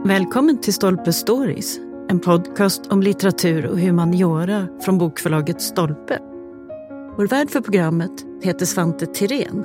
Välkommen till Stolpe Stories, en podcast om litteratur och humaniora från bokförlaget Stolpe. Vår värd för programmet heter Svante Tirén.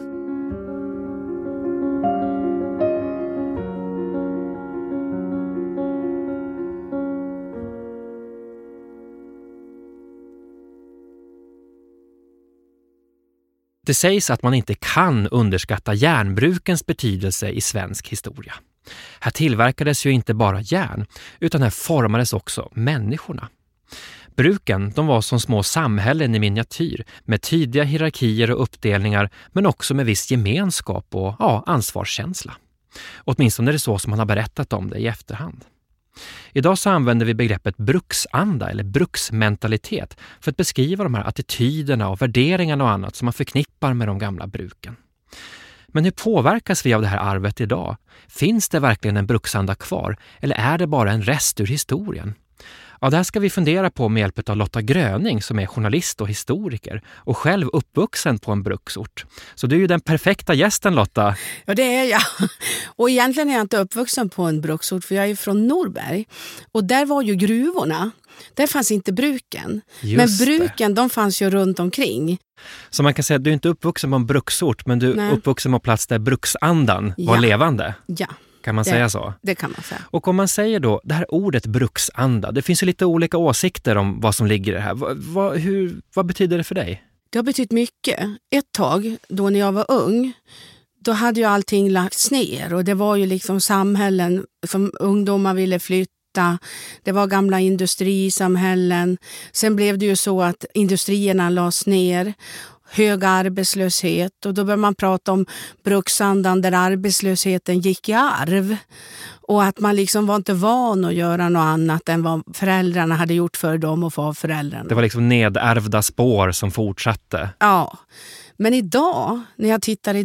Det sägs att man inte kan underskatta järnbrukens betydelse i svensk historia. Här tillverkades ju inte bara järn, utan här formades också människorna. Bruken, de var som små samhällen i miniatyr med tydliga hierarkier och uppdelningar, men också med viss gemenskap och ansvarskänsla. Åtminstone är det så som man har berättat om det i efterhand. Idag så använder vi begreppet bruksanda eller bruksmentalitet för att beskriva de här attityderna och värderingarna och annat som man förknippar med de gamla bruken. Men hur påverkas vi av det här arvet idag? Finns det verkligen en bruksanda kvar eller är det bara en rest ur historien? Ja, det här ska vi fundera på med hjälp av Lotta Gröning som är journalist och historiker och själv uppvuxen på en bruksort. Så du är ju den perfekta gästen, Lotta. Ja, det är jag. Och egentligen är jag inte uppvuxen på en bruksort för jag är från Norberg. Och där var ju gruvorna. Där fanns inte bruken. Men bruken, de fanns ju runt omkring. Så man kan säga att du är inte uppvuxen på en bruksort men du är uppvuxen på plats där bruksandan var levande. Ja. Kan man säga så? Det kan man säga. Och om man säger då, det här ordet bruksanda, det finns ju lite olika åsikter om vad som ligger i det här. Vad betyder det för dig? Det har betytt mycket. Ett tag, då när jag var ung, då hade ju allting lagts ner. Och det var ju liksom samhällen som ungdomar ville flytta. Det var gamla industrisamhällen. Sen blev det ju så att industrierna lades ner. Hög arbetslöshet och då börjar man prata om bruksandan där arbetslösheten gick i arv och att man liksom var inte van att göra något annat än vad föräldrarna hade gjort för dem och för föräldrarna. Det var liksom nedärvda spår som fortsatte. Ja, men idag, när jag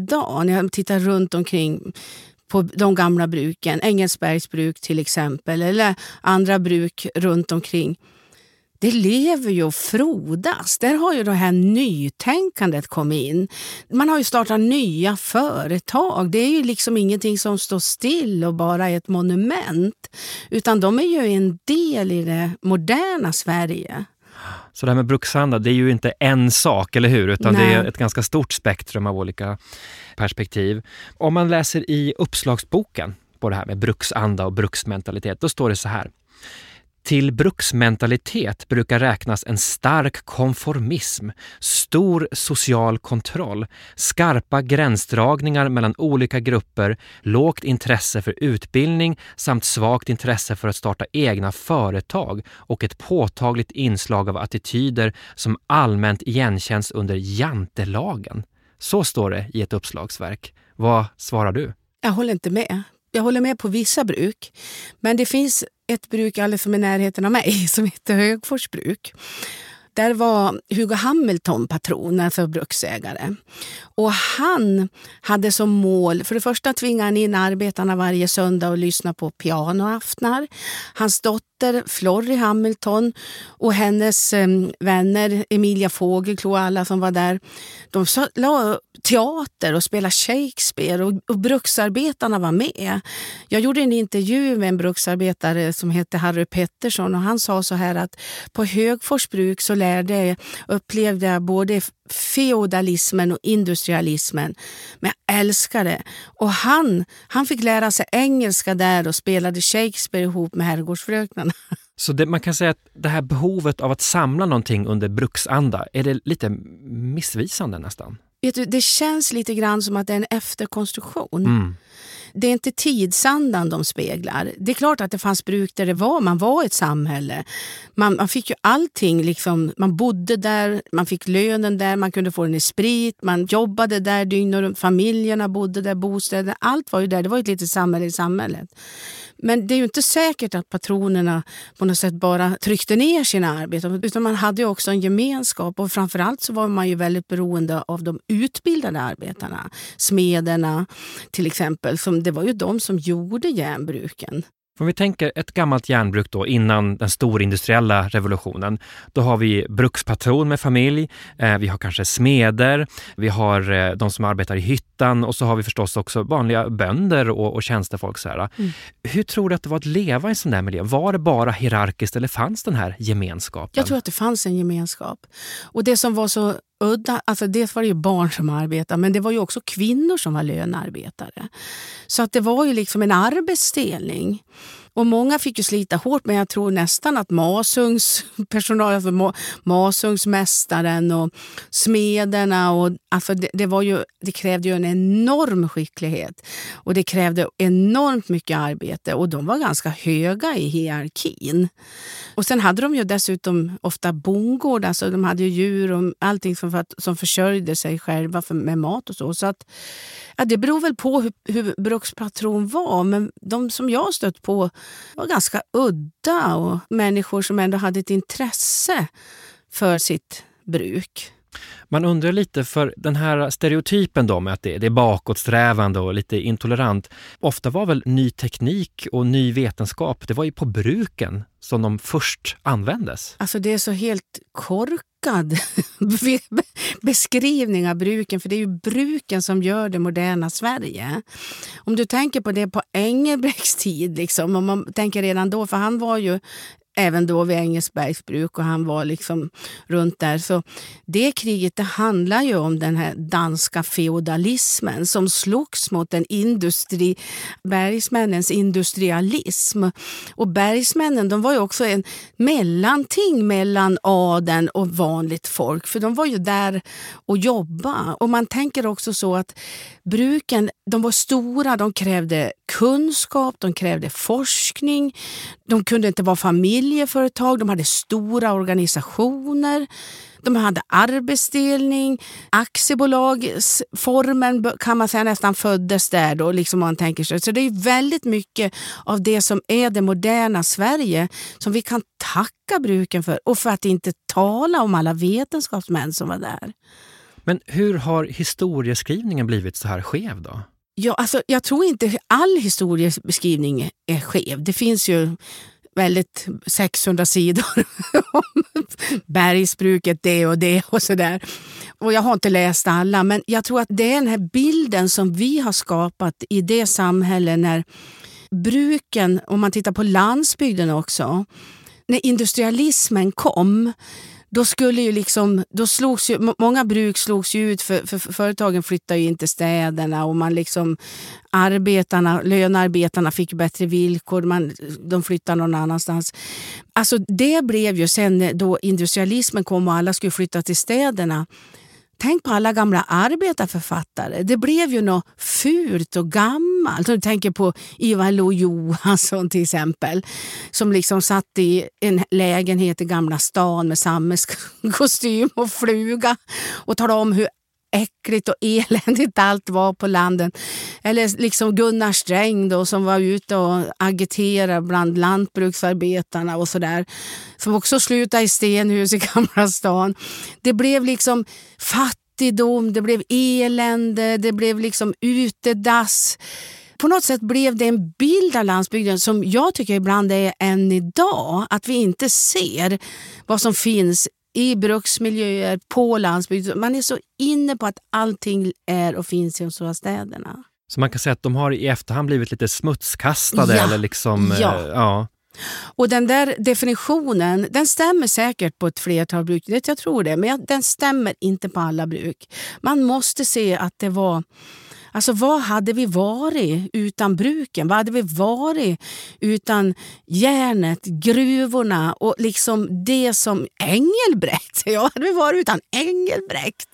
tittar runt omkring på de gamla bruken, Engelsbergs bruk till exempel eller andra bruk runt omkring, det lever ju och frodas. Där har ju det här nytänkandet kommit in. Man har ju startat nya företag. Det är ju liksom ingenting som står still och bara är ett monument. Utan de är ju en del i det moderna Sverige. Så det här med bruksanda, det är ju inte en sak, eller hur? Utan det är ett ganska stort spektrum av olika perspektiv. Om man läser i uppslagsboken på det här med bruksanda och bruksmentalitet, då står det så här. Till bruksmentalitet brukar räknas en stark konformism, stor social kontroll, skarpa gränsdragningar mellan olika grupper, lågt intresse för utbildning samt svagt intresse för att starta egna företag och ett påtagligt inslag av attityder som allmänt igenkänns under jantelagen. Så står det i ett uppslagsverk. Vad svarar du? Jag håller inte med. Jag håller med på vissa bruk. Men det finns ett bruk alldeles som är i närheten av mig som heter Högfors bruk. Där var Hugo Hamilton patronen för bruksägare. Och han hade som mål, för det första tvingade han in arbetarna varje söndag och lyssna på pianoaftnar. Hans dotter Florrie Hamilton och hennes vänner Emilia Fågelklo och alla som var där, de la teater och spelade Shakespeare och bruksarbetarna var med. Jag gjorde en intervju med en bruksarbetare som hette Harry Pettersson och han sa så här att på Högfors bruk så upplevde jag både feodalismen och industrialismen, men jag älskade det. Och han fick lära sig engelska där och spelade Shakespeare ihop med herrgårdsfröknarna. Så man kan säga att det här behovet av att samla någonting under bruksanda, är det lite missvisande nästan? Vet du, det känns lite grann som att det är en efterkonstruktion. Det är inte tidsandan de speglar. Det är klart att det fanns bruk där man var ett samhälle. Man fick ju allting, liksom, man bodde där, man fick lönen där, man kunde få den i sprit, man jobbade där dygnet runt, familjerna bodde där, bostäder, allt var ju där, det var ett litet samhälle i samhället. Men det är ju inte säkert att patronerna på något sätt bara tryckte ner sina arbeten, utan man hade ju också en gemenskap och framförallt så var man ju väldigt beroende av de utbildade arbetarna, smederna till exempel, det var ju de som gjorde järnbruken. Om vi tänker ett gammalt järnbruk då innan den storindustriella revolutionen, då har vi brukspatron med familj, vi har kanske smeder, vi har de som arbetar i hyttan och så har vi förstås också vanliga bönder och tjänstefolk. Så här. Hur tror du att det var att leva i en sån där miljö? Var det bara hierarkiskt eller fanns den här gemenskapen? Jag tror att det fanns en gemenskap. Och det som var så udda, alltså dels var det ju barn som arbetade, men det var ju också kvinnor som var lönearbetare. Så att det var ju liksom en arbetsdelning. Och många fick ju slita hårt, men jag tror nästan att masugnspersonal, alltså masugnsmästaren och smederna, och alltså det krävde ju en enorm skicklighet. Och det krävde enormt mycket arbete, och de var ganska höga i hierarkin. Och sen hade de ju dessutom ofta bondgårdar, alltså de hade ju djur och allting som försörjde sig själva med mat och så. Så att det beror väl på hur brukspatron var, men de som jag stött på var ganska udda och människor som ändå hade ett intresse för sitt bruk. Man undrar lite, för den här stereotypen då med att det är bakåtsträvande och lite intolerant. Ofta var väl ny teknik och ny vetenskap, det var ju på bruken som de först användes. Alltså det är så helt korkad beskrivning av bruken, för det är ju bruken som gör det moderna Sverige. Om du tänker på det på Engelbrekts tid, liksom, om man tänker redan då, för han var ju även då vid Engelsbergs bruk och han var liksom runt där. Så det kriget, det handlar ju om den här danska feodalismen som slogs mot bergsmännens industrialism. Och bergsmännen, de var ju också en mellanting mellan adeln och vanligt folk, för de var ju där och jobba. Och man tänker också så att bruken, de var stora, de krävde kunskap, de krävde forskning, de kunde inte vara familjeföretag, de hade stora organisationer, de hade arbetsdelning, aktiebolagsformen kan man säga nästan föddes där då, liksom man tänker sig. Så det är väldigt mycket av det som är det moderna Sverige som vi kan tacka bruken för, och för att inte tala om alla vetenskapsmän som var där. Men hur har historieskrivningen blivit så här skev då? Ja, alltså, jag tror inte all historiebeskrivning är skev. Det finns ju väldigt 600 sidor om bergsbruket, det och sådär. Och jag har inte läst alla, men jag tror att det är den här bilden som vi har skapat i det samhälle när bruken, om man tittar på landsbygden också, när industrialismen kom, då skulle ju liksom, då slogs ju, många bruk slogs ju ut för företagen flyttade ju inte städerna, och man liksom lönearbetarna fick bättre villkor, de flyttade någon annanstans. Alltså det blev ju sen då industrialismen kom och alla skulle flytta till städerna. Tänk på alla gamla arbetarförfattare. Det blev ju något fult och gammalt. Du tänker på Ivar Lo-Johansson till exempel, som liksom satt i en lägenhet i Gamla stan med sammetskostym och fluga och talade om hur äckligt och eländigt allt var på landen. Eller liksom Gunnar Sträng då, som var ute och agiterade bland lantbruksarbetarna och sådär. Som också slutade i stenhus i Gamla stan. Det blev liksom fattigdom, det blev elände, det blev liksom utedass. På något sätt blev det en bild av landsbygden som jag tycker ibland är än idag. Att vi inte ser vad som finns i bruksmiljöer, på landsbygden. Man är så inne på att allting är och finns i de stora städerna. Så man kan säga att de har i efterhand blivit lite smutskastade, eller liksom... Ja. Och den där definitionen, den stämmer säkert på ett flertal bruk. Jag tror det, men den stämmer inte på alla bruk. Man måste se att det var... Alltså vad hade vi varit utan bruken? Vad hade vi varit utan järnet, gruvorna och liksom det som Engelbrekt? Ja, hade vi varit utan Engelbrekt?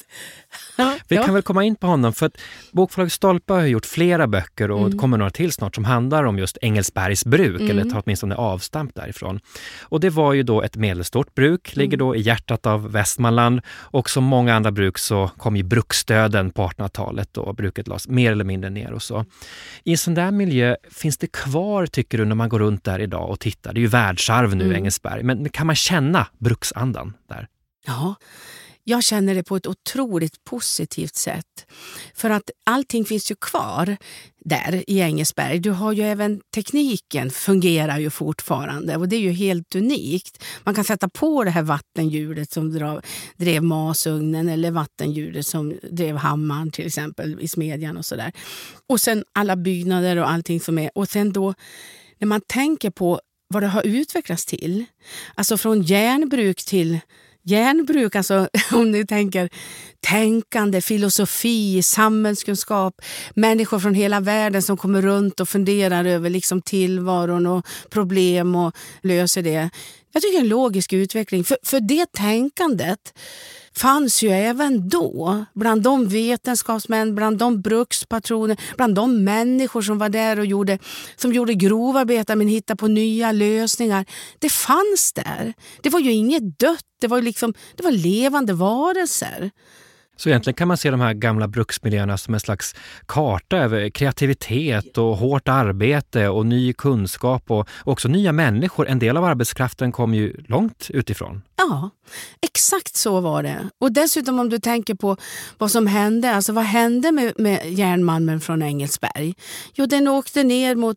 Vi kan väl komma in på honom, för att Bokförlaget Stolpe har gjort flera böcker och det kommer några till snart som handlar om just Engelsbergs bruk, eller tar åtminstone avstamp därifrån. Och det var ju då ett medelstort bruk, ligger då i hjärtat av Västmanland, och som många andra bruk så kom ju bruksdöden på 1800-talet och bruket lades mer eller mindre ner och så. I en sån där miljö, finns det kvar, tycker du, när man går runt där idag och tittar? Det är ju världsarv nu, Engelsberg, men kan man känna bruksandan där? Ja, Jag känner det på ett otroligt positivt sätt. För att allting finns ju kvar där i Engelsberg. Du har ju även tekniken fungerar ju fortfarande och det är ju helt unikt. Man kan sätta på det här vattenhjulet som drev masugnen eller vattenhjulet som drev hammaren till exempel i smedjan och sådär. Och sen alla byggnader och allting som är. Och sen då när man tänker på vad det har utvecklats till. Alltså från järnbruk till järnbruk, alltså om ni tänker tänkande, filosofi, samhällskunskap, människor från hela världen som kommer runt och funderar över liksom tillvaron och problem och löser det. Jag tycker det är en logisk utveckling, för det tänkandet fanns ju även då bland de vetenskapsmän, bland de brukspatroner, bland de människor som var där och gjorde grovarbete men hittade på nya lösningar. Det fanns där. Det var ju inget dött, det var levande varelser. Så egentligen kan man se de här gamla bruksmiljöerna som en slags karta över kreativitet och hårt arbete och ny kunskap och också nya människor. En del av arbetskraften kom ju långt utifrån. Ja, exakt så var det. Och dessutom om du tänker på vad som hände, alltså vad hände med järnmalmen från Engelsberg? Jo, den åkte ner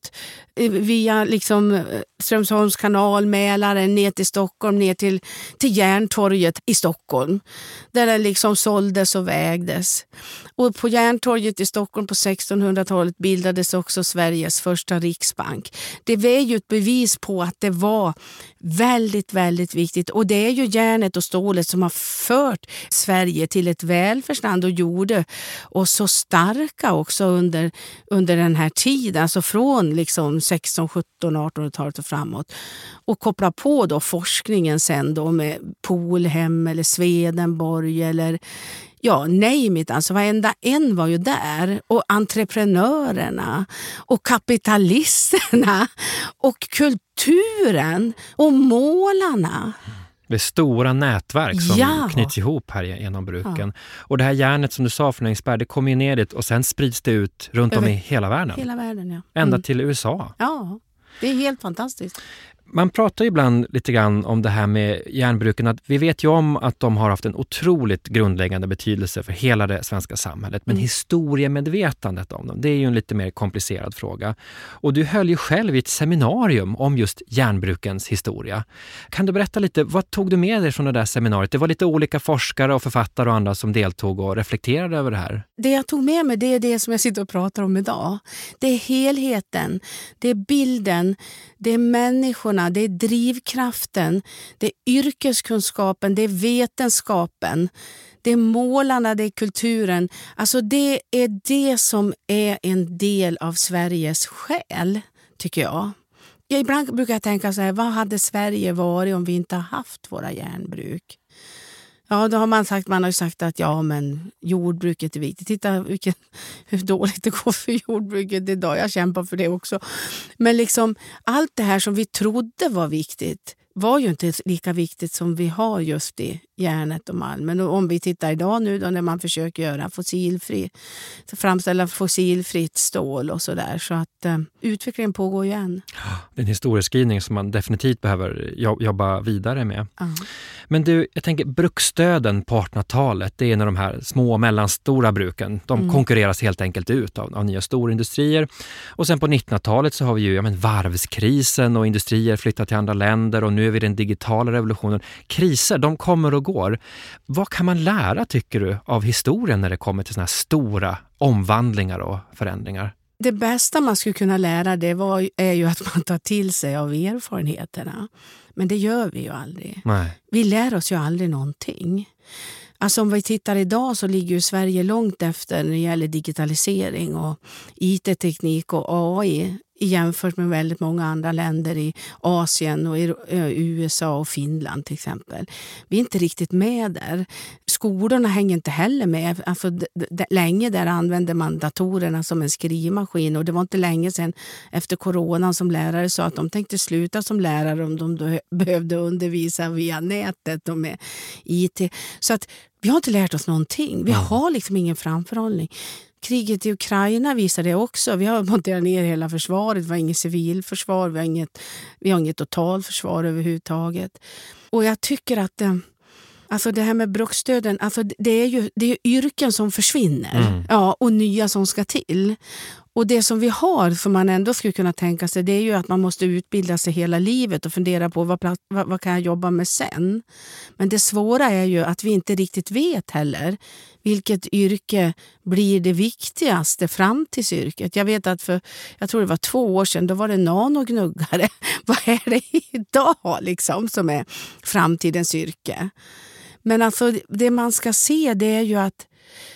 via liksom Strömsholms kanal, Mälaren, ner till Stockholm, ner till Järntorget i Stockholm. Där den liksom såldes och vägdes. Och på Järntorget i Stockholm på 1600-talet bildades också Sveriges första riksbank. Det var ju ett bevis på att det var väldigt, väldigt viktigt. Och det är ju järnet och stålet som har fört Sverige till ett välfärdsland och gjorde oss så starka också under den här tiden. Alltså från liksom 16, 17, 1800-talet och framåt. Och koppla på då forskningen sen då med Polhem eller Swedenborg eller name it, alltså varenda en var ju där. Och entreprenörerna och kapitalisterna och kulturen och målarna. Det är stora nätverk som knyts ihop här genom bruken. Ja. Och det här järnet som du sa från Engelsberg, det kommer ju ner dit och sen sprids det ut runt om i hela världen. Hela världen, ja. Ända till USA. Ja, det är helt fantastiskt. Man pratar ju ibland lite grann om det här med järnbruken, att vi vet ju om att de har haft en otroligt grundläggande betydelse för hela det svenska samhället. Men historiemedvetandet om dem, det är ju en lite mer komplicerad fråga. Och du höll ju själv i ett seminarium om just järnbrukens historia. Kan du berätta lite, vad tog du med dig från det där seminariet? Det var lite olika forskare och författare och andra som deltog och reflekterade över det här. Det jag tog med mig, det är det som jag sitter och pratar om idag. Det är helheten, det är bilden, det är människorna, det är drivkraften, det är yrkeskunskapen, det är vetenskapen, det är målarna, det är kulturen. Alltså det är det som är en del av Sveriges själ, tycker jag. Ibland brukar jag tänka så här, vad hade Sverige varit om vi inte haft våra järnbruk? Ja, då har man har ju sagt att men jordbruket är viktigt. Titta hur dåligt det går för jordbruket idag. Jag kämpar för det också. Men liksom allt det här som vi trodde var viktigt var ju inte lika viktigt som vi har just i järnet och malmen. Och om vi tittar idag nu då när man försöker göra framställa fossilfritt stål och sådär. Så att utvecklingen pågår ju än. Det är en historieskrivning som man definitivt behöver jobba vidare med. Men du, jag tänker bruksstöden på 1800-talet, det är en av de här små och mellanstora bruken. De konkurreras helt enkelt ut av nya storindustrier. Och sen på 1900-talet så har vi ju varvskrisen och industrier flyttat till andra länder och nu är vi den digitala revolutionen. Kriser, de kommer och går. Vad kan man lära, tycker du, av historien när det kommer till såna här stora omvandlingar och förändringar? Det bästa man skulle kunna lära är ju att man tar till sig av erfarenheterna. Men det gör vi ju aldrig. Nej. Vi lär oss ju aldrig någonting. Alltså om vi tittar idag så ligger ju Sverige långt efter när det gäller digitalisering och IT-teknik och AI jämfört med väldigt många andra länder i Asien och i USA och Finland till exempel. Vi är inte riktigt med där. Skolorna hänger inte heller med. Alltså, länge där använde man datorerna som en skrivmaskin och det var inte länge sedan efter coronan som lärare sa att de tänkte sluta som lärare om de behövde undervisa via nätet och med IT. Så att vi har inte lärt oss någonting. Vi har liksom ingen framförhållning. Kriget i Ukraina visar det också. Vi har monterat ner hela försvaret. Vi har inget civilförsvar. Vi har inget totalförsvar överhuvudtaget. Och jag tycker att Alltså det här med bruksdöden, alltså det är ju yrken som försvinner. Ja, och nya som ska till. Och det som vi har som man ändå skulle kunna tänka sig, det är ju att man måste utbilda sig hela livet och fundera på vad kan jag jobba med sen. Men det svåra är ju att vi inte riktigt vet heller vilket yrke blir det viktigaste framtidsyrket. Jag vet att jag tror det var 2 år sedan, då var det nanognuggare. Vad är det idag liksom som är framtidens yrke? Men alltså det man ska se, det är ju att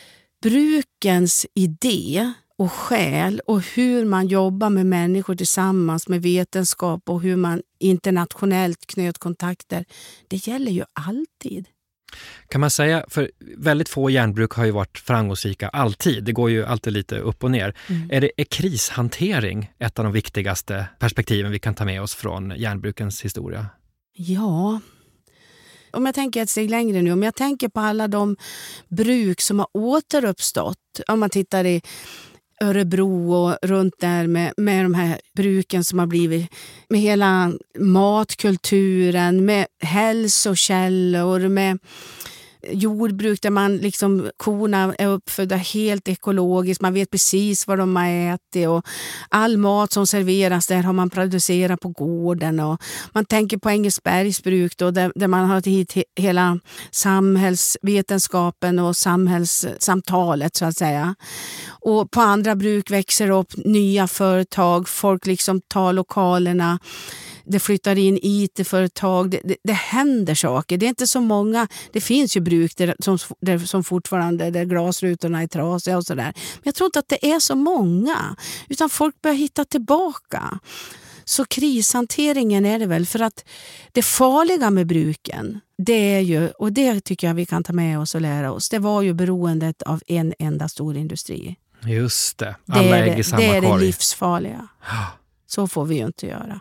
brukens idé och själ och hur man jobbar med människor tillsammans med vetenskap och hur man internationellt knöt kontakter, det gäller ju alltid. Kan man säga, för väldigt få järnbruk har ju varit framgångsrika alltid. Det går ju alltid lite upp och ner. Är krishantering ett av de viktigaste perspektiven vi kan ta med oss från järnbrukens historia? Ja, om jag tänker ett steg längre nu, om jag tänker på alla de bruk som har återuppstått, om man tittar i Örebro och runt där med de här bruken som har blivit, med hela matkulturen, med hälsokällor, med jordbruk där man liksom, korna är uppfödda helt ekologiskt, man vet precis vad de har ätit och all mat som serveras där har man producerat på gården. Och man tänker på Engelsbergs bruk då, där man har hit hela samhällsvetenskapen och samhällssamtalet så att säga. Och på andra bruk växer upp nya företag, folk liksom tar lokalerna. Det flyttar in IT-företag, det händer saker. Det är inte så många, det finns ju bruk som fortfarande, där glasrutorna är trasiga och sådär. Men jag tror inte att det är så många, utan folk börjar hitta tillbaka. Så krishanteringen är det väl, för att det farliga med bruken, det är ju, och det tycker jag vi kan ta med oss och lära oss, det var ju beroendet av en enda stor industri. Just det, alla ägg i samma korg. Det är det livsfarliga. Så får vi ju inte göra.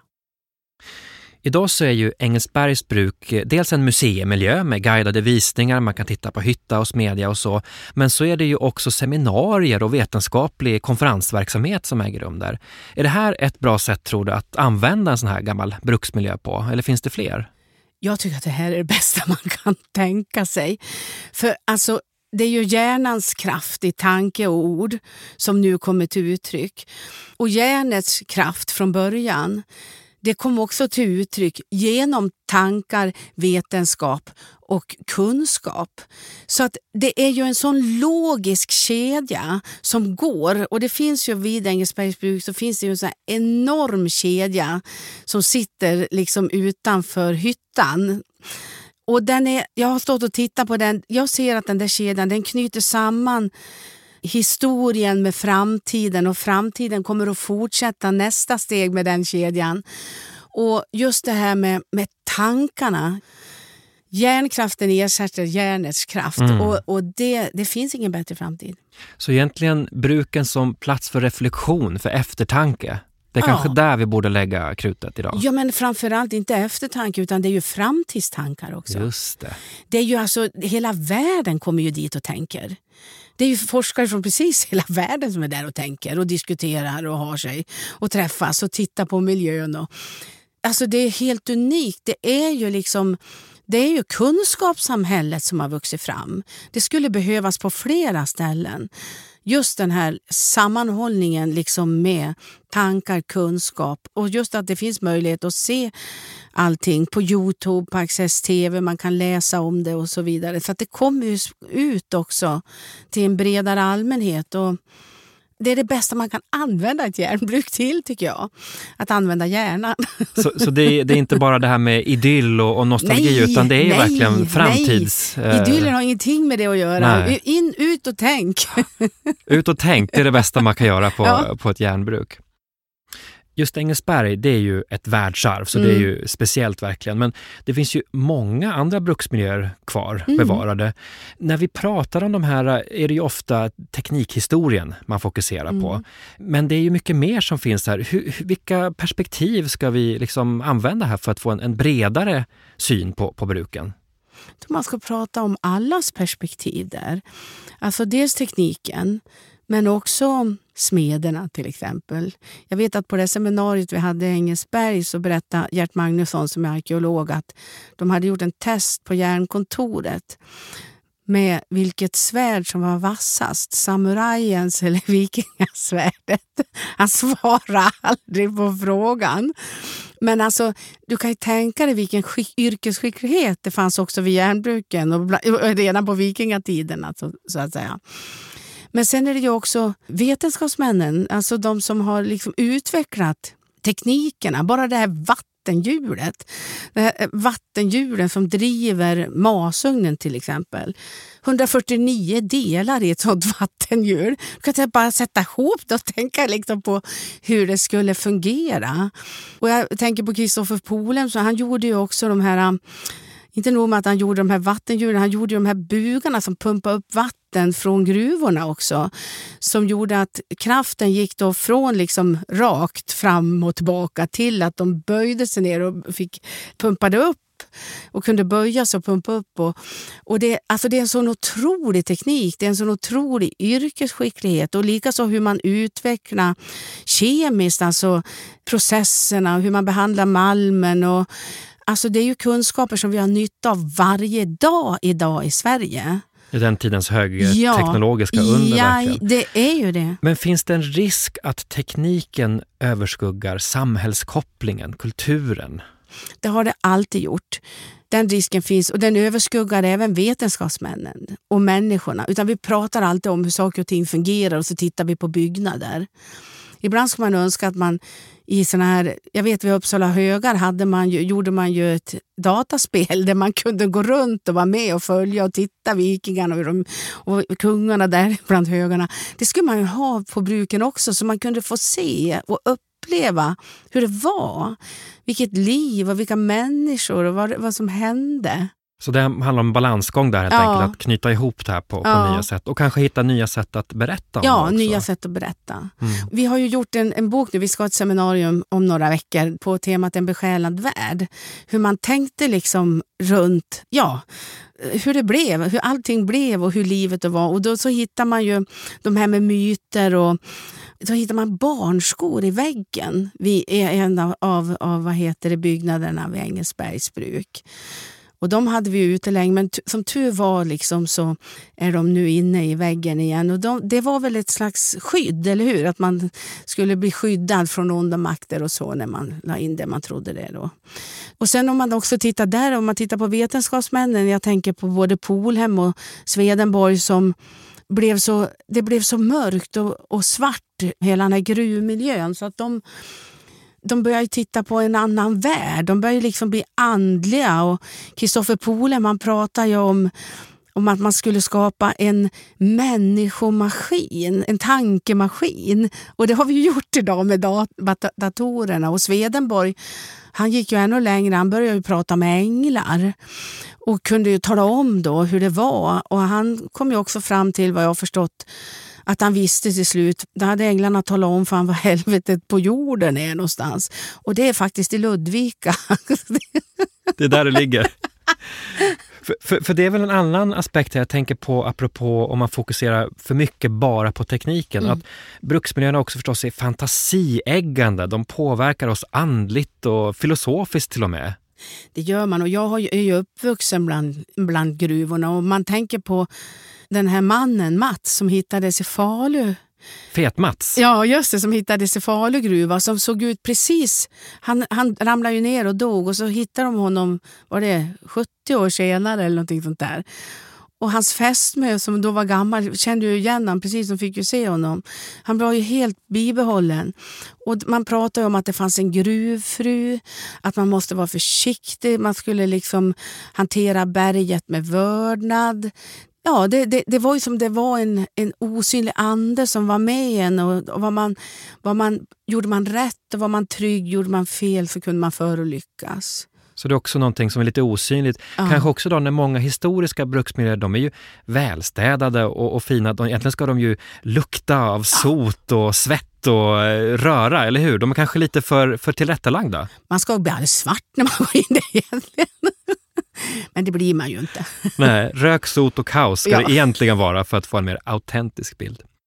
Idag så är ju Engelsbergs bruk dels en museimiljö med guidade visningar, man kan titta på hytta och smedja och så. Men så är det ju också seminarier och vetenskaplig konferensverksamhet som äger rum där. Är det här ett bra sätt, tror du, att använda en sån här gammal bruksmiljö på? Eller finns det fler? Jag tycker att det här är det bästa man kan tänka sig. För alltså, det är ju hjärnans kraft i tanke och ord som nu kommer till uttryck. Och hjärnets kraft från början, det kom också till uttryck genom tankar, vetenskap och kunskap. Så att det är ju en sån logisk kedja som går. Och det finns ju vid Engelsbergs bruk, så finns det ju en sån här enorm kedja som sitter liksom utanför hyttan. Och jag har stått och tittat på den. Jag ser att den där kedjan, den knyter samman historien med framtiden, och framtiden kommer att fortsätta nästa steg med den kedjan. Och just det här med tankarna. Hjärnkraften ersätter hjärnets kraft och det finns ingen bättre framtid. Så egentligen bruken som plats för reflektion, för eftertanke. Det är kanske där vi borde lägga krutet idag. Ja, men framförallt inte eftertanke, utan det är ju framtidstankar också. Just det. Det är ju alltså, hela världen kommer ju dit och tänker. Det är ju forskare från precis hela världen som är där och tänker och diskuterar och har sig och träffas och tittar på miljön. Alltså det är helt unikt. Det är ju kunskapssamhället som har vuxit fram. Det skulle behövas på flera ställen. Just den här sammanhållningen liksom med tankar, kunskap, och just att det finns möjlighet att se allting på YouTube, på Access TV, man kan läsa om det och så vidare. Så att det kommer ju ut också till en bredare allmänhet, och det är det bästa man kan använda ett järnbruk till, tycker jag. Att använda hjärnan. Så det är inte bara det här med idyll och nostalgi, utan det är ju verkligen framtids... Nej. Idyllen har ingenting med det att göra. Ut och tänk. Ut och tänk, det är det bästa man kan göra på ett järnbruk. Just Engelsberg, det är ju ett världsarv, så det är ju speciellt verkligen. Men det finns ju många andra bruksmiljöer kvar bevarade. När vi pratar om de här är det ju ofta teknikhistorien man fokuserar på. Men det är ju mycket mer som finns här. Vilka perspektiv ska vi liksom använda här för att få en bredare syn på bruken? Man ska prata om allas perspektiv där. Alltså dels tekniken, Men också smederna till exempel. Jag vet att på det seminariet vi hade i Engelsberg så berättade Gert Magnusson som är arkeolog att de hade gjort en test på järnkontoret med vilket svärd som var vassast, samurajens eller vikingasvärdet. Han svarade aldrig på frågan. Men alltså, du kan ju tänka dig vilken yrkesskicklighet det fanns också vid järnbruken och redan på vikingatiden alltså, så att säga. Men sen är det ju också vetenskapsmännen, alltså de som har liksom utvecklat teknikerna, bara det här vattenhjulet. Det här vattenhjulen som driver masugnen till exempel. 149 delar i ett sånt vattenhjul. Du kan bara sätta ihop det och tänka liksom på hur det skulle fungera. Och jag tänker på Kristoffer Polhem, så han gjorde ju också de här, inte nog med att han gjorde de här vattenhjulen, han gjorde de här bugarna som pumpade upp vatten från gruvorna också. Som gjorde att kraften gick då från liksom rakt fram och tillbaka till att de böjde sig ner och pumpade upp och kunde böja sig och pumpa upp. Och det, alltså det är en sån otrolig teknik, det är en sån otrolig yrkesskicklighet och likaså hur man utvecklar kemiskt, alltså processerna, hur man behandlar malmen och alltså det är ju kunskaper som vi har nytta av varje dag idag i Sverige. I den tidens högteknologiska under verkligen. Ja, det är ju det. Men finns det en risk att tekniken överskuggar samhällskopplingen, kulturen? Det har det alltid gjort. Den risken finns och den överskuggar även vetenskapsmännen och människorna. Utan vi pratar alltid om hur saker och ting fungerar och så tittar vi på byggnader. Ibland ska man önska att man i såna här, jag vet vid Uppsala högar gjorde man ju ett dataspel där man kunde gå runt och vara med och följa och titta vikingarna och kungarna där bland högarna. Det skulle man ju ha på bruken också så man kunde få se och uppleva hur det var. Vilket liv och vilka människor och vad som hände. Så det handlar om balansgång där helt enkelt, att knyta ihop det här på nya sätt och kanske hitta nya sätt att berätta om det också. Nya sätt att berätta. Vi har ju gjort en bok nu, vi ska ha ett seminarium om några veckor på temat En besjälad värld. Hur man tänkte liksom runt, hur det blev, hur allting blev och hur livet var. Och då så hittar man ju de här med myter och då hittar man barnskor i väggen vid en av byggnaderna vid Engelsbergs bruk. Och de hade vi ute länge, men som tur var liksom så är de nu inne i väggen igen. Och det var väl ett slags skydd, eller hur? Att man skulle bli skyddad från onda makter och så när man la in det man trodde det då. Och sen om man också tittar där, om man tittar på vetenskapsmännen, jag tänker på både Polhem och Swedenborg som det blev så mörkt och svart hela den här gruvmiljön så att de börjar titta på en annan värld. De börjar liksom bli andliga. Och Kristoffer Polhem, man pratar ju om att man skulle skapa en människomaskin, en tankemaskin. Och det har vi gjort idag med datorerna. Och Swedenborg, han gick ju ännu längre. Han började ju prata med änglar. Och kunde ju tala om då hur det var. Och han kom ju också fram till, vad jag har förstått, att han visste till slut, då hade änglarna talat om för han var helvetet på jorden är någonstans. Och det är faktiskt i Ludvika. Det är där det ligger. För det är väl en annan aspekt jag tänker på apropå om man fokuserar för mycket bara på tekniken. Att bruksmiljöerna också förstås är fantasieggande. De påverkar oss andligt och filosofiskt till och med. Det gör man och jag är ju uppvuxen bland gruvorna och man tänker på den här mannen Mats som hittades i Falu. Fet-Mats? Ja, just det, som hittades i Falu gruva som såg ut precis. Han ramlade ju ner och dog och så hittade de honom, var det 70 år senare eller någonting sånt där. Och hans fästmö som då var gammal kände ju igen han precis som fick ju se honom. Han var ju helt bibehållen. Och man pratar ju om att det fanns en gruvfru, att man måste vara försiktig, man skulle liksom hantera berget med vördnad. Ja, det var ju som det var en osynlig ande som var med en och vad man gjorde man rätt och var man trygg, gjorde man fel så kunde man förolyckas. Så det är också någonting som är lite osynligt. Ja. Kanske också då när många historiska bruksmiljöer, de är ju välstädade och fina. Egentligen ska de ju lukta av sot och svett och röra, eller hur? De är kanske lite för tillrättalagda. Man ska bli alldeles svart när man går in där egentligen. Men det blir man ju inte. Nej, rök, sot och kaos ska det egentligen vara för att få en mer autentisk bild.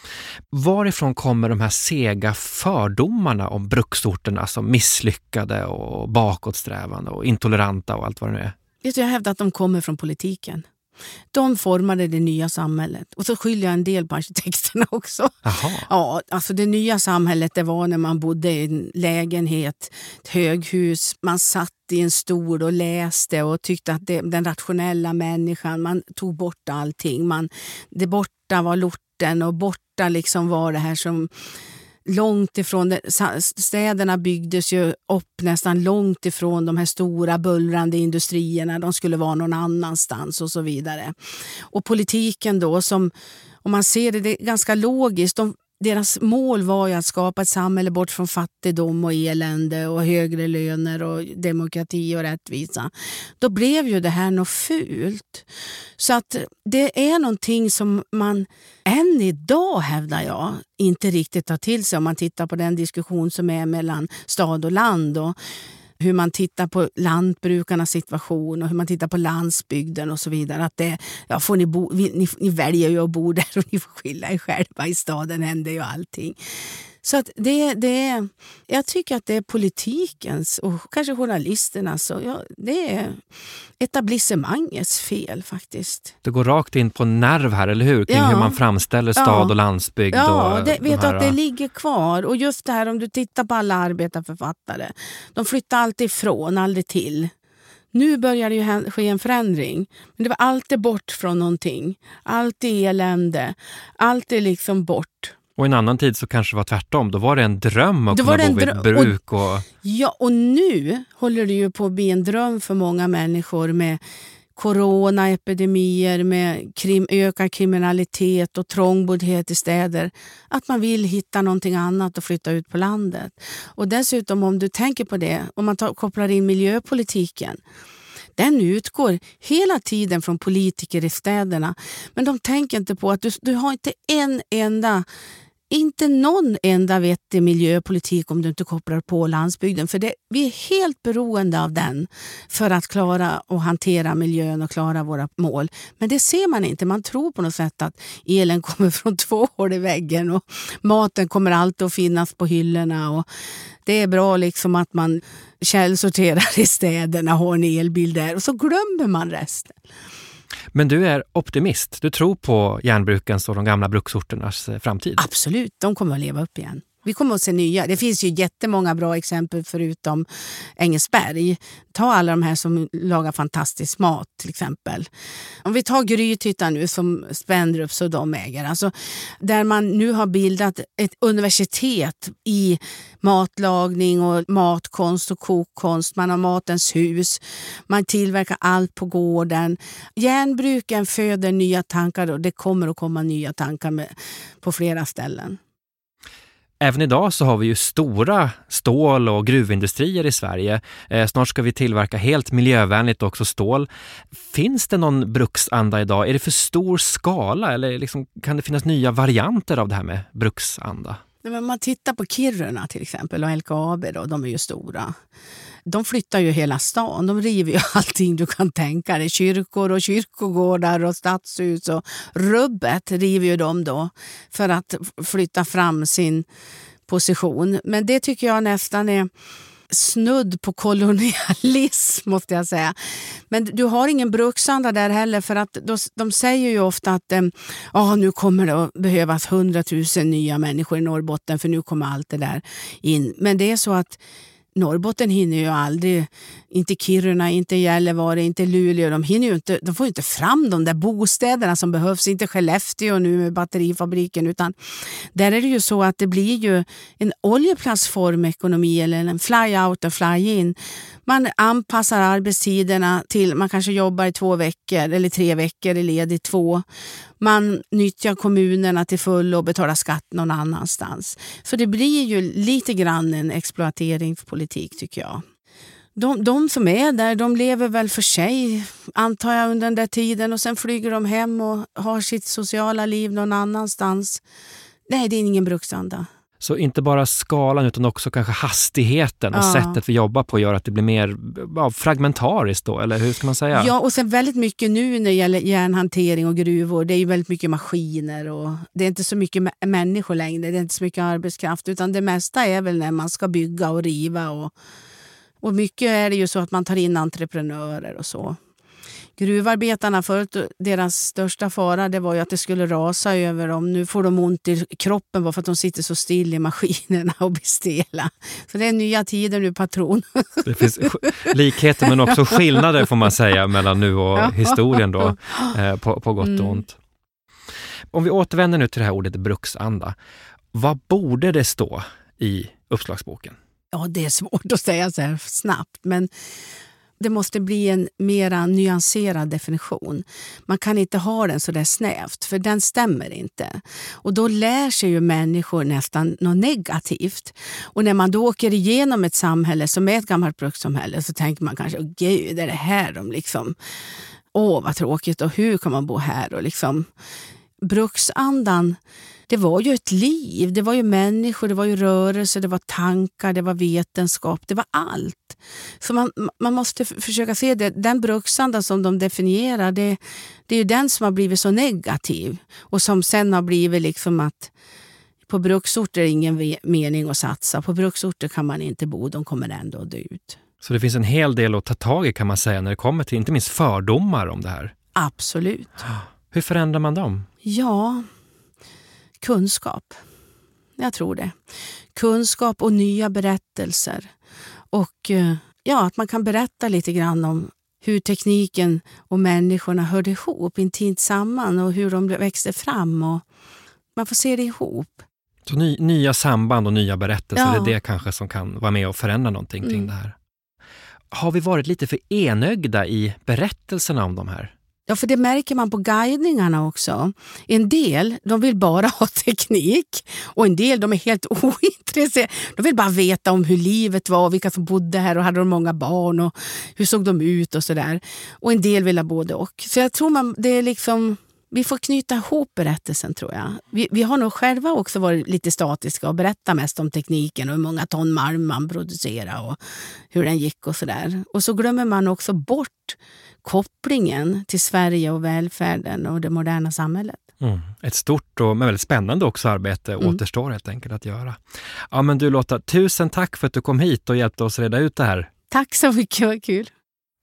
Varifrån kommer de här sega fördomarna om bruksorterna som misslyckade och bakåtsträvande och intoleranta och allt vad det nu är? Jag hävdar att de kommer från politiken. De formade det nya samhället. Och så skyller jag en del på arkitekterna också. Aha. Ja, alltså det nya samhället, det var när man bodde i en lägenhet, ett höghus. Man satt i en stol och läste och tyckte att den rationella människan, man tog bort allting. Det borta var lorten och borta liksom var det här som långt ifrån, städerna byggdes ju upp nästan långt ifrån de här stora bullrande industrierna. De skulle vara någon annanstans och så vidare. Och politiken då, som om man ser det är ganska logiskt, deras mål var ju att skapa ett samhälle bort från fattigdom och elände och högre löner och demokrati och rättvisa. Då blev ju det här något fult. Så att det är någonting som man än idag, hävdar jag, inte riktigt tar till sig om man tittar på den diskussion som är mellan stad och land och hur man tittar på lantbrukarnas situation och hur man tittar på landsbygden och så vidare. Att får ni väljer ju att bo där och ni får skylla er själva, i staden händer ju allting. Så att jag tycker att det är politikens och kanske journalisternas det är etablissemangets fel faktiskt. Det går rakt in på nerv här, eller hur? Kring hur man framställer stad och landsbygd. Ja, och vet du att det ligger kvar. Och just det här, om du tittar på alla arbetarförfattare, de flyttar alltid ifrån, aldrig till. Nu börjar det ju ske en förändring. Men det var alltid bort från någonting. Alltid elände. Alltid liksom bort. Och i en annan tid så kanske det var tvärtom. Då var det en dröm att kunna bo vid ett bruk. Ja, och nu håller det ju på att bli en dröm för många människor med coronaepidemier, med ökad kriminalitet och trångboddhet i städer. Att man vill hitta någonting annat och flytta ut på landet. Och dessutom, om du tänker på det, om man kopplar in miljöpolitiken, den utgår hela tiden från politiker i städerna. Men de tänker inte på att du har inte någon enda vettig miljöpolitik om du inte kopplar på landsbygden. För vi är helt beroende av den för att klara och hantera miljön och klara våra mål. Men det ser man inte. Man tror på något sätt att elen kommer från 2 hål i väggen och maten kommer alltid att finnas på hyllorna. Och det är bra liksom att man källsorterar i städerna, har en elbil där och så glömmer man resten. Men du är optimist. Du tror på järnbrukens och de gamla bruksorternas framtid. Absolut, de kommer att leva upp igen. Vi kommer att se nya. Det finns ju jättemånga bra exempel förutom Engelsberg. Ta alla de här som lagar fantastisk mat till exempel. Om vi tar Grythyttan nu som Spendrups och de äger. Alltså, där man nu har bildat ett universitet i matlagning och matkonst och kokkonst. Man har Matens hus. Man tillverkar allt på gården. Järnbruken föder nya tankar och det kommer att komma nya tankar på flera ställen. Även idag så har vi ju stora stål- och gruvindustrier i Sverige. Snart ska vi tillverka helt miljövänligt också stål. Finns det någon bruksanda idag? Är det för stor skala eller liksom, kan det finnas nya varianter av det här med bruksanda? När man tittar på Kiruna till exempel och LKAB då, de är ju stora. De flyttar ju hela stan. De river ju allting du kan tänka dig. Kyrkor och kyrkogårdar och stadshus och rubbet river ju de då för att flytta fram sin position. Men det tycker jag nästan är snudd på kolonialism måste jag säga. Men du har ingen bruksanda där heller för att de säger ju ofta att nu kommer det att behövas 100 000 nya människor i Norrbotten för nu kommer allt det där in. Men det är så att Norrbotten hinner ju aldrig, inte Kiruna, inte Gällivare, inte Luleå, de får ju inte fram de där bostäderna som behövs, inte Skellefteå nu med batterifabriken, utan där är det ju så att det blir ju en oljeplattformekonomi eller en fly out och fly in. Man anpassar arbetstiderna till, man kanske jobbar i 2 veckor eller 3 veckor, är ledig 2. Man nyttjar kommunerna till full och betalar skatt någon annanstans. Så det blir ju lite grann en exploateringspolitik tycker jag. De som är där, de lever väl för sig antar jag under den där tiden och sen flyger de hem och har sitt sociala liv någon annanstans. Nej, det är ingen bruksanda. Så inte bara skalan utan också kanske hastigheten och sättet vi jobbar på gör att det blir mer fragmentariskt då, eller hur ska man säga? Ja, och sen väldigt mycket nu när det gäller järnhantering och gruvor, det är ju väldigt mycket maskiner och det är inte så mycket människor längre, det är inte så mycket arbetskraft, utan det mesta är väl när man ska bygga och riva och mycket är det ju så att man tar in entreprenörer och så. Gruvarbetarna förut, deras största fara det var ju att det skulle rasa över dem. Nu får de ont i kroppen bara för att de sitter så still i maskinerna och blir stela. Så det är nya tider nu, patron. Det finns likheter men också skillnader får man säga mellan nu och historien då, på gott och ont. Om vi återvänder nu till det här ordet bruksanda. Vad borde det stå i uppslagsboken? Ja, det är svårt att säga så här snabbt, men det måste bli en mera nyanserad definition. Man kan inte ha den så där snävt, för den stämmer inte. Och då lär sig ju människor nästan något negativt. Och när man då åker igenom ett samhälle som är ett gammalt brukssamhälle så tänker man kanske, gud, är det här de liksom... vad tråkigt, och hur kan man bo här? Och liksom, bruksandan, det var ju ett liv, det var ju människor, det var ju rörelse, det var tankar, det var vetenskap, det var allt. Så man måste försöka se det. Den bruksanda som de definierar, det är ju den som har blivit så negativ. Och som sen har blivit liksom att på bruksorter är ingen mening att satsa. På bruksorter kan man inte bo, de kommer ändå att dö ut. Så det finns en hel del att ta tag i kan man säga när det kommer till inte minst fördomar om det här. Absolut. Hur förändrar man dem? Ja, kunskap. Jag tror det. Kunskap och nya berättelser. Och att man kan berätta lite grann om hur tekniken och människorna hörde ihop intimt samman och hur de växte fram, och man får se det ihop. Så nya samband och nya berättelser, det är det kanske som kan vara med och förändra någonting kring det här. Har vi varit lite för enögda i berättelserna om de här? Ja, för det märker man på guidningarna också. En del, de vill bara ha teknik, och en del, de är helt ointresserade. De vill bara veta om hur livet var, vilka som bodde här och hade de många barn och hur såg de ut och sådär. Och en del vill ha både och. Så jag tror det är liksom, vi får knyta ihop berättelsen, tror jag. Vi har nog själva också varit lite statiska och berättat mest om tekniken och hur många ton malm man producerade och hur den gick och sådär. Och så glömmer man också bort kopplingen till Sverige och välfärden och det moderna samhället. Ett stort och väldigt spännande också arbete återstår helt enkelt att göra. Ja, men du Lotta, tusen tack för att du kom hit och hjälpte oss reda ut det här. Tack så mycket, vad kul.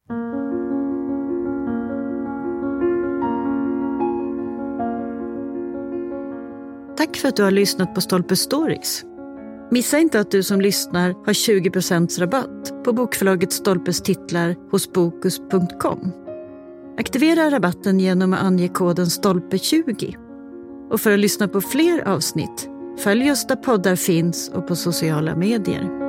Tack för att du har lyssnat på Stolpe Stories. Missa inte att du som lyssnar har 20% rabatt på bokförlaget Stolpes titlar hos Bokus.com. Aktivera rabatten genom att ange koden Stolpe20. Och för att lyssna på fler avsnitt, följ oss där poddar finns och på sociala medier.